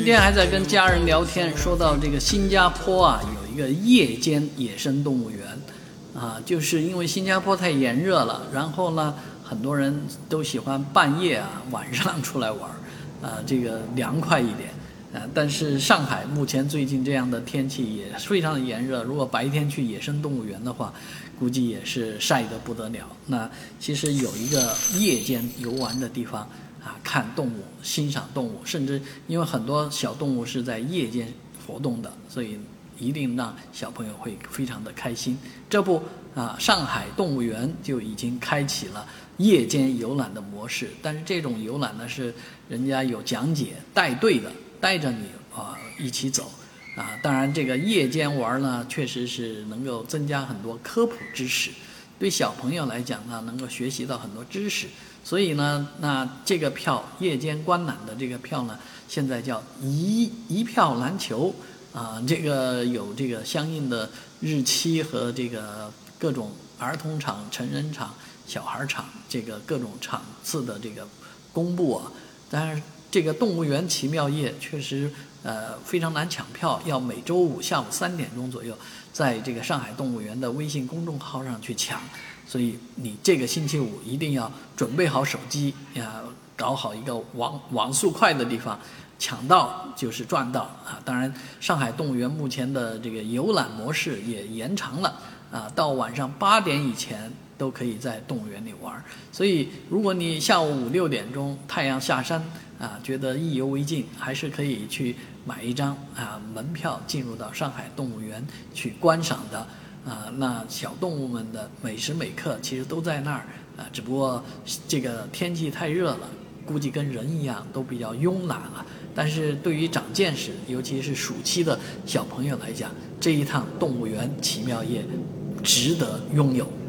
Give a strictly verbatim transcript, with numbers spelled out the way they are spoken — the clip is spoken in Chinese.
今天还在跟家人聊天，说到这个新加坡啊，有一个夜间野生动物园，啊，就是因为新加坡太炎热了，然后呢，很多人都喜欢半夜啊晚上出来玩，啊，这个凉快一点，啊，但是上海目前最近这样的天气也非常的炎热，如果白天去野生动物园的话，估计也是晒得不得了。那其实有一个夜间游玩的地方。啊，看动物，欣赏动物，甚至因为很多小动物是在夜间活动的，所以一定让小朋友会非常的开心。这不啊，上海动物园就已经开启了夜间游览的模式，但是这种游览呢是人家有讲解带队的，带着你啊一起走啊。当然，这个夜间玩呢，确实是能够增加很多科普知识。对小朋友来讲呢，能够学习到很多知识，所以呢，那这个票夜间观览的这个票呢，现在叫一一票难求啊，这个有这个相应的日期和这个各种儿童场、成人场、小孩场这个各种场次的这个公布啊，但是这个动物园奇妙夜确实呃非常难抢票，要每周五下午三点钟左右，在这个上海动物园的微信公众号上去抢，所以你这个星期五一定要准备好手机呀，搞好一个网网速快的地方，抢到就是赚到啊！当然，上海动物园目前的这个游览模式也延长了啊，到晚上八点以前都可以在动物园里玩。所以，如果你下午五六点钟太阳下山啊，觉得意犹未尽，还是可以去买一张啊门票进入到上海动物园去观赏的啊。那小动物们的每时每刻其实都在那儿啊，只不过这个天气太热了，估计跟人一样都比较慵懒了。但是对于长见识，尤其是暑期的小朋友来讲，这一趟动物园奇妙夜值得拥有。